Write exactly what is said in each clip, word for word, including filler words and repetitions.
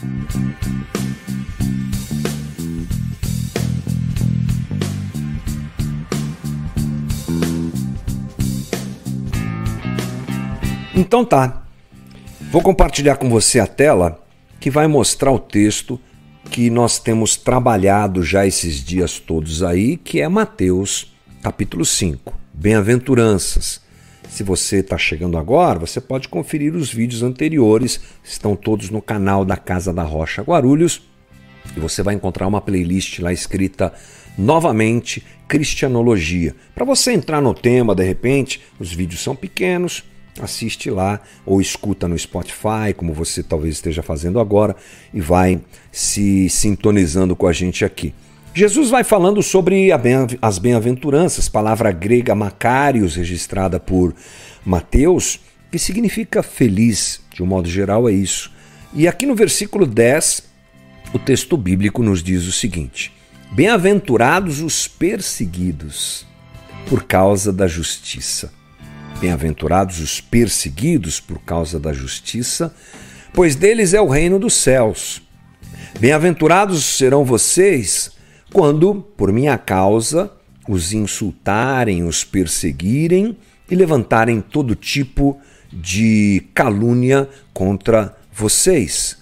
Então tá, vou compartilhar com você a tela que vai mostrar o texto que nós temos trabalhado já esses dias todos aí, que é Mateus capítulo cinco, Bem-aventuranças. Se você está chegando agora, você pode conferir os vídeos anteriores, estão todos no canal da Casa da Rocha Guarulhos, e você vai encontrar uma playlist lá escrita novamente Cristianologia. Para você entrar no tema, de repente, os vídeos são pequenos, assiste lá ou escuta no Spotify, como você talvez esteja fazendo agora, e vai se sintonizando com a gente aqui. Jesus vai falando sobre as bem-aventuranças, palavra grega Macarios, registrada por Mateus, que significa feliz, de um modo geral é isso. E aqui no versículo dez, o texto bíblico nos diz o seguinte: bem-aventurados os perseguidos por causa da justiça. Bem-aventurados os perseguidos por causa da justiça, pois deles é o reino dos céus. Bem-aventurados serão vocês quando, por minha causa, os insultarem, os perseguirem e levantarem todo tipo de calúnia contra vocês.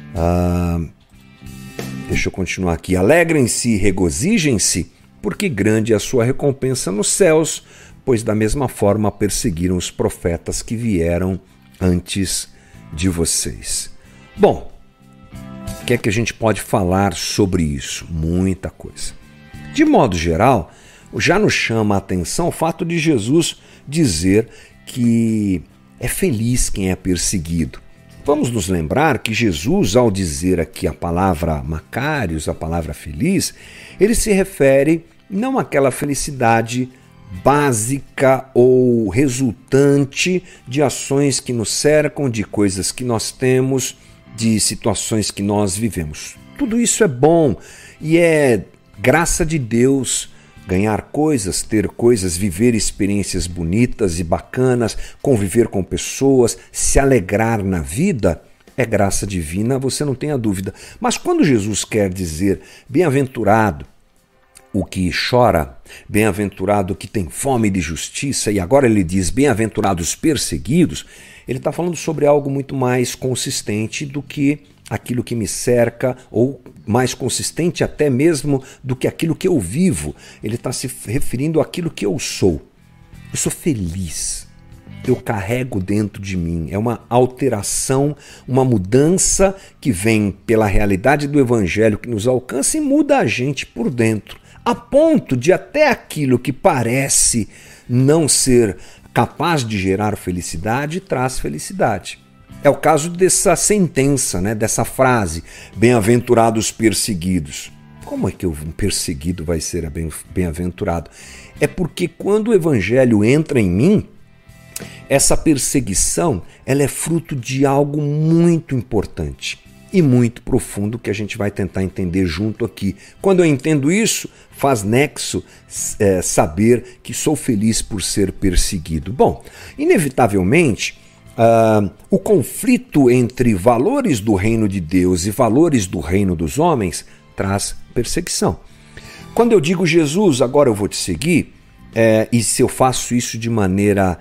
Ah, deixa eu continuar aqui. Alegrem-se e regozijem-se, porque grande é a sua recompensa nos céus, pois da mesma forma perseguiram os profetas que vieram antes de vocês. Bom, o que é que a gente pode falar sobre isso? Muita coisa. De modo geral, já nos chama a atenção o fato de Jesus dizer que é feliz quem é perseguido. Vamos nos lembrar que Jesus, ao dizer aqui a palavra Macarios, a palavra feliz, ele se refere não àquela felicidade básica ou resultante de ações que nos cercam, de coisas que nós temos, de situações que nós vivemos. Tudo isso é bom e é graça de Deus ganhar coisas, ter coisas, viver experiências bonitas e bacanas, conviver com pessoas, se alegrar na vida, é graça divina, você não tenha dúvida. Mas quando Jesus quer dizer bem-aventurado o que chora, bem-aventurado o que tem fome de justiça, e agora ele diz bem-aventurados perseguidos, ele está falando sobre algo muito mais consistente do que aquilo que me cerca, ou mais consistente até mesmo do que aquilo que eu vivo. Ele está se referindo àquilo que eu sou. Eu sou feliz. Eu carrego dentro de mim. É uma alteração, uma mudança que vem pela realidade do Evangelho que nos alcança e muda a gente por dentro, a ponto de até aquilo que parece não ser capaz de gerar felicidade, traz felicidade. É o caso dessa sentença, né, dessa frase, bem-aventurados perseguidos. Como é que um perseguido vai ser bem-aventurado? É porque quando o Evangelho entra em mim, essa perseguição ela é fruto de algo muito importante e muito profundo que a gente vai tentar entender junto aqui. Quando eu entendo isso, faz nexo é, saber que sou feliz por ser perseguido. Bom, inevitavelmente, uh, o conflito entre valores do reino de Deus e valores do reino dos homens traz perseguição. Quando eu digo Jesus, agora eu vou te seguir, é, e se eu faço isso de maneira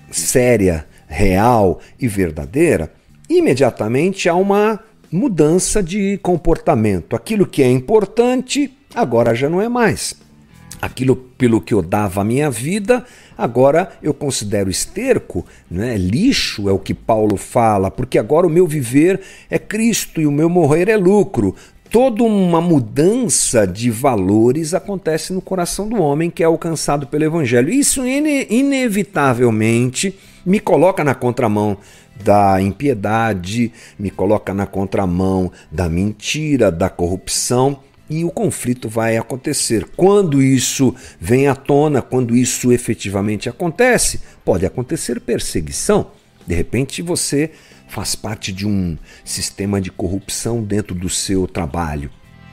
séria, real e verdadeira, imediatamente há uma mudança de comportamento. Aquilo que é importante, agora já não é mais. Aquilo pelo que eu dava a minha vida, agora eu considero esterco, né? Lixo é o que Paulo fala, porque agora o meu viver é Cristo e o meu morrer é lucro. Toda uma mudança de valores acontece no coração do homem que é alcançado pelo Evangelho. Isso ine- inevitavelmente me coloca na contramão da impiedade, me coloca na contramão da mentira, da corrupção, e o conflito vai acontecer. Quando isso vem à tona, quando isso efetivamente acontece, pode acontecer perseguição. De repente você faz parte de um sistema de corrupção dentro do seu trabalho.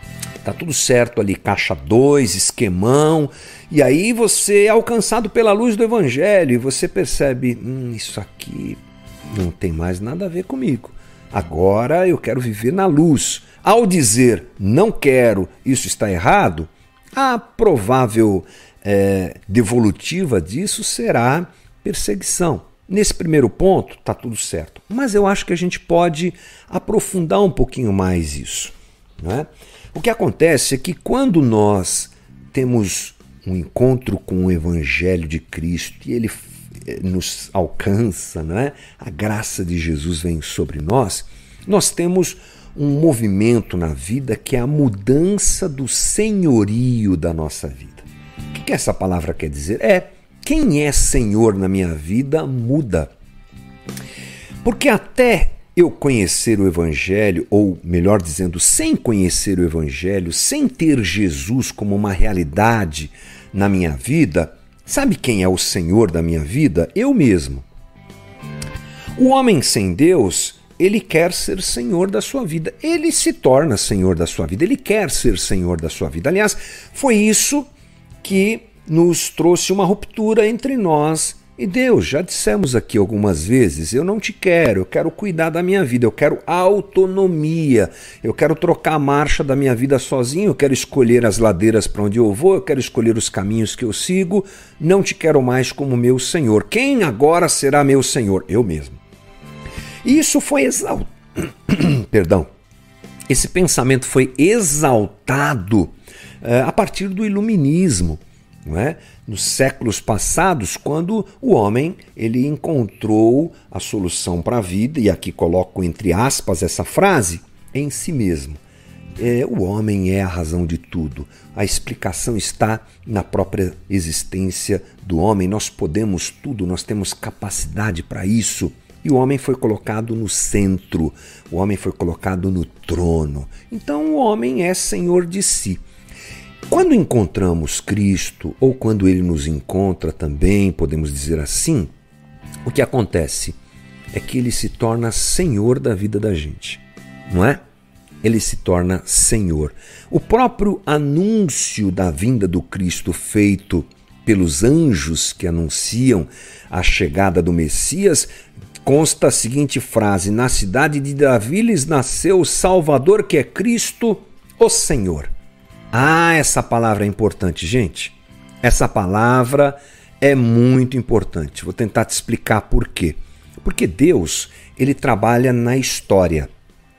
Tá tudo certo ali, caixa dois, esquemão, e aí você é alcançado pela luz do Evangelho e você percebe, hum, isso aqui não tem mais nada a ver comigo. agora eu quero viver na luz. Ao dizer não quero, isso está errado, a provável é, devolutiva disso será perseguição. Nesse primeiro ponto, está tudo certo. Mas eu acho que a gente pode aprofundar um pouquinho mais isso, não é? O que acontece é que quando nós temos um encontro com o Evangelho de Cristo e ele nos alcança, não é? A graça de Jesus vem sobre nós, nós temos um movimento na vida que é a mudança do senhorio da nossa vida. O que essa palavra quer dizer? É, quem é Senhor na minha vida muda. Porque até eu conhecer o Evangelho, ou melhor dizendo, sem conhecer o Evangelho, sem ter Jesus como uma realidade na minha vida, sabe quem é o Senhor da minha vida? Eu mesmo. O homem sem Deus, ele quer ser Senhor da sua vida. Ele se torna Senhor da sua vida. Ele quer ser Senhor da sua vida. Aliás, foi isso que nos trouxe uma ruptura entre nós e Deus. Já dissemos aqui algumas vezes, eu não te quero, eu quero cuidar da minha vida, eu quero autonomia, eu quero trocar a marcha da minha vida sozinho, eu quero escolher as ladeiras para onde eu vou, eu quero escolher os caminhos que eu sigo, não te quero mais como meu Senhor. Quem agora será meu Senhor? Eu mesmo. E isso foi exaltado, perdão, esse pensamento foi exaltado uh, a partir do iluminismo, não é? Nos séculos passados, quando o homem ele encontrou a solução para a vida, e aqui coloco entre aspas essa frase, em si mesmo. É, o homem é a razão de tudo. A explicação está na própria existência do homem. Nós podemos tudo, nós temos capacidade para isso. E o homem foi colocado no centro, o homem foi colocado no trono. Então o homem é senhor de si. Quando encontramos Cristo, ou quando Ele nos encontra também, podemos dizer assim, o que acontece é que Ele se torna Senhor da vida da gente, não é? Ele se torna Senhor. O próprio anúncio da vinda do Cristo feito pelos anjos que anunciam a chegada do Messias, consta a seguinte frase: na cidade de Davi lhes nasceu o Salvador, que é Cristo, o Senhor. Ah, essa palavra é importante, gente. Essa palavra é muito importante. Vou tentar te explicar por quê. Porque Deus, ele trabalha na história.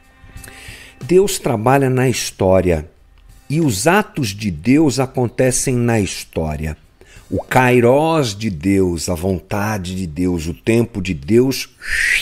Deus trabalha na história. E os atos de Deus acontecem na história. O kairós de Deus, a vontade de Deus, o tempo de Deus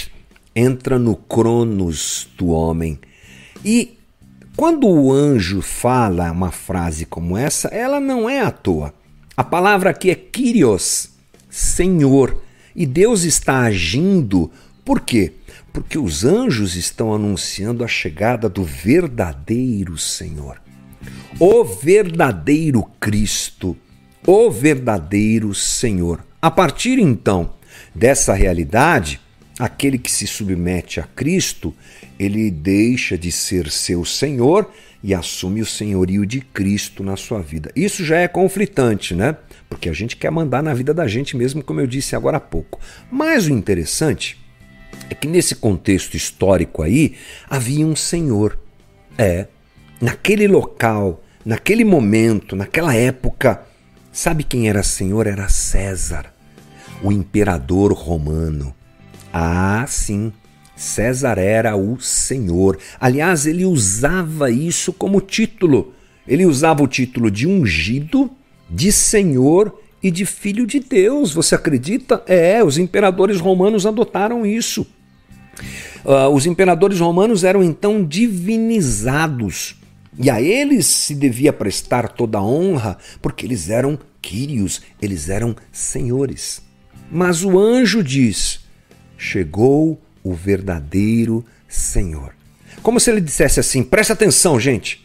entra no cronos do homem. E quando o anjo fala uma frase como essa, ela não é à toa. A palavra aqui é Kyrios, Senhor. E Deus está agindo, por quê? Porque os anjos estão anunciando a chegada do verdadeiro Senhor. O verdadeiro Cristo, o verdadeiro Senhor. A partir então dessa realidade, aquele que se submete a Cristo, ele deixa de ser seu Senhor e assume o senhorio de Cristo na sua vida. Isso já é conflitante, né? Porque a gente quer mandar na vida da gente mesmo, como eu disse agora há pouco. Mas o interessante é que nesse contexto histórico aí, havia um Senhor. É, naquele local, naquele momento, naquela época, sabe quem era Senhor? Era César, o imperador romano. Ah, sim, César era o Senhor. Aliás, ele usava isso como título. Ele usava o título de ungido, de Senhor e de Filho de Deus. Você acredita? É, os imperadores romanos adotaram isso. Uh, os imperadores romanos eram então divinizados. E a eles se devia prestar toda a honra, porque eles eram Quírios, eles eram senhores. Mas o anjo diz: chegou o verdadeiro Senhor. Como se ele dissesse assim: presta atenção, gente.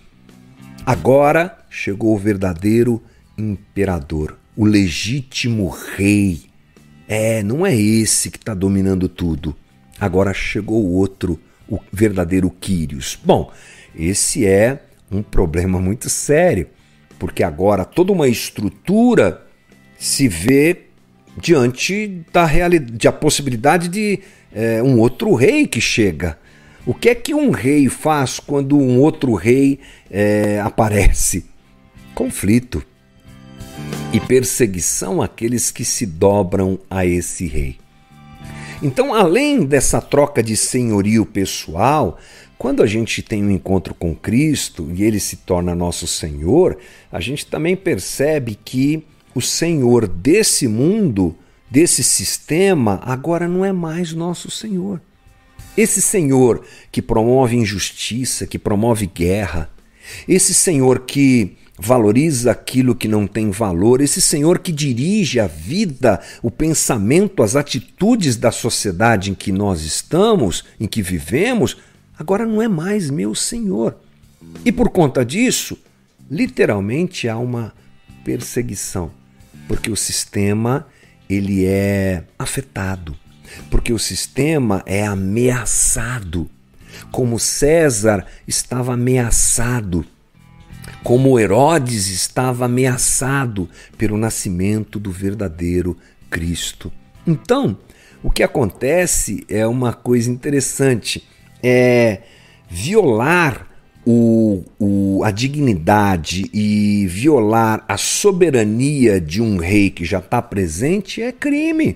Agora chegou o verdadeiro imperador, o legítimo rei. É, não é esse que está dominando tudo. Agora chegou o outro, o verdadeiro Quírios. Bom, esse é um problema muito sério, porque agora toda uma estrutura se vê diante da, realidade, da possibilidade de é, um outro rei que chega. O que é que um rei faz quando um outro rei é, aparece? Conflito e perseguição àqueles que se dobram a esse rei. Então, além dessa troca de senhorio pessoal, quando a gente tem um encontro com Cristo e ele se torna nosso Senhor, a gente também percebe que o Senhor desse mundo, desse sistema, agora não é mais nosso Senhor. Esse Senhor que promove injustiça, que promove guerra, esse Senhor que valoriza aquilo que não tem valor, esse Senhor que dirige a vida, o pensamento, as atitudes da sociedade em que nós estamos, em que vivemos, agora não é mais meu Senhor. E por conta disso, literalmente há uma perseguição, porque o sistema ele é afetado, porque o sistema é ameaçado, como César estava ameaçado, como Herodes estava ameaçado pelo nascimento do verdadeiro Cristo. Então, o que acontece é uma coisa interessante, é violar o, o, a dignidade e violar a soberania de um rei que já está presente é crime.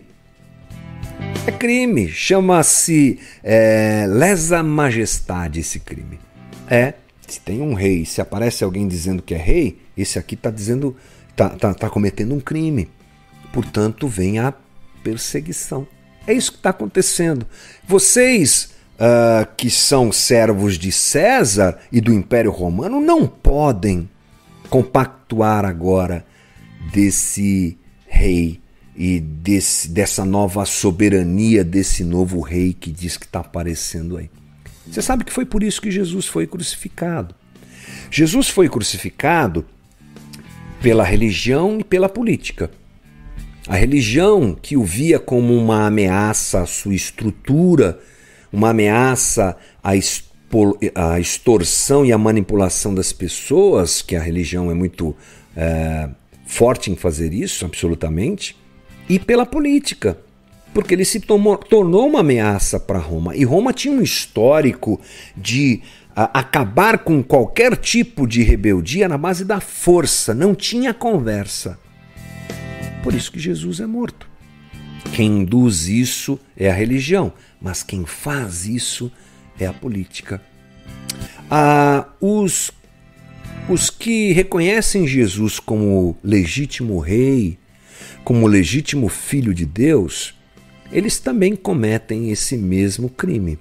É crime, chama-se é, lesa majestade esse crime. É, se tem um rei, se aparece alguém dizendo que é rei, esse aqui está dizendo, tá, tá, tá cometendo um crime. Portanto, vem a perseguição. É isso que está acontecendo. Vocês uh, que são servos de César e do Império Romano não podem compactuar agora desse rei e desse, dessa nova soberania desse novo rei que diz que está aparecendo aí. Você sabe que foi por isso que Jesus foi crucificado. Jesus foi crucificado pela religião e pela política. A religião que o via como uma ameaça à sua estrutura, uma ameaça à, expo, à extorsão e à manipulação das pessoas, que a religião é muito é, forte em fazer isso, absolutamente, e pela política, porque ele se tomou, tornou uma ameaça para Roma. E Roma tinha um histórico de a, acabar com qualquer tipo de rebeldia na base da força, não tinha conversa. Por isso que Jesus é morto. Quem induz isso é a religião, mas quem faz isso é a política. Ah, os, os que reconhecem Jesus como legítimo rei, como legítimo filho de Deus, eles também cometem esse mesmo crime,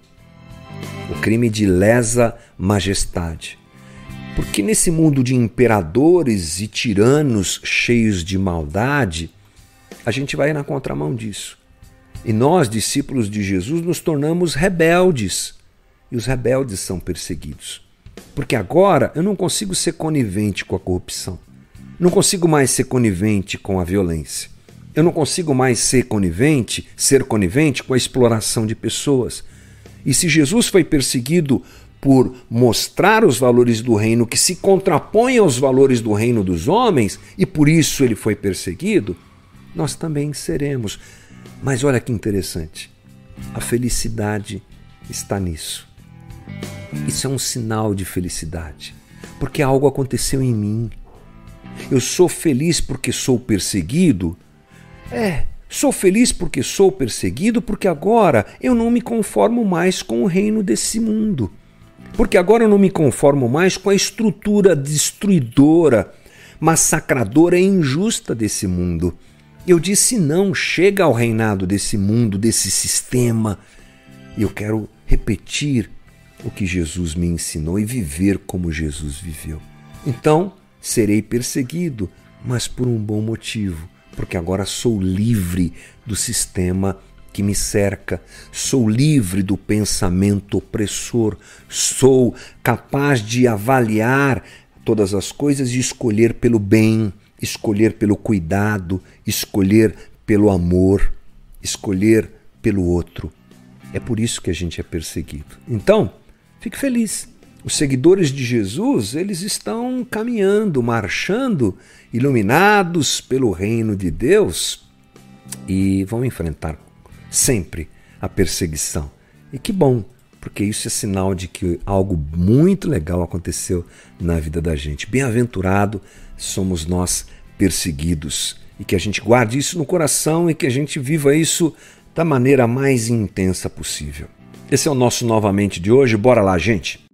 o crime de lesa majestade. Porque nesse mundo de imperadores e tiranos cheios de maldade, a gente vai na contramão disso. E nós, discípulos de Jesus, nos tornamos rebeldes. E os rebeldes são perseguidos. Porque agora eu não consigo ser conivente com a corrupção. Não consigo mais ser conivente com a violência. Eu não consigo mais ser conivente, ser conivente com a exploração de pessoas. E se Jesus foi perseguido por mostrar os valores do reino que se contrapõem aos valores do reino dos homens, e por isso ele foi perseguido, nós também seremos. Mas olha que interessante, a felicidade está nisso. Isso é um sinal de felicidade, porque algo aconteceu em mim. Eu sou feliz porque sou perseguido? É, sou feliz porque sou perseguido, porque agora eu não me conformo mais com o reino desse mundo. Porque agora eu não me conformo mais com a estrutura destruidora, massacradora e injusta desse mundo. Eu disse não, chega ao reinado desse mundo, desse sistema. E eu quero repetir o que Jesus me ensinou e viver como Jesus viveu. Então, serei perseguido, mas por um bom motivo. Porque agora sou livre do sistema que me cerca, sou livre do pensamento opressor, sou capaz de avaliar todas as coisas e escolher pelo bem, escolher pelo cuidado, escolher pelo amor, escolher pelo outro. É por isso que a gente é perseguido. Então, fique feliz. Os seguidores de Jesus, eles estão caminhando, marchando, iluminados pelo reino de Deus e vão enfrentar sempre a perseguição. E que bom, porque isso é sinal de que algo muito legal aconteceu na vida da gente. Bem-aventurado somos nós perseguidos, e que a gente guarde isso no coração e que a gente viva isso da maneira mais intensa possível. Esse é o nosso Novamente de hoje. Bora lá, gente!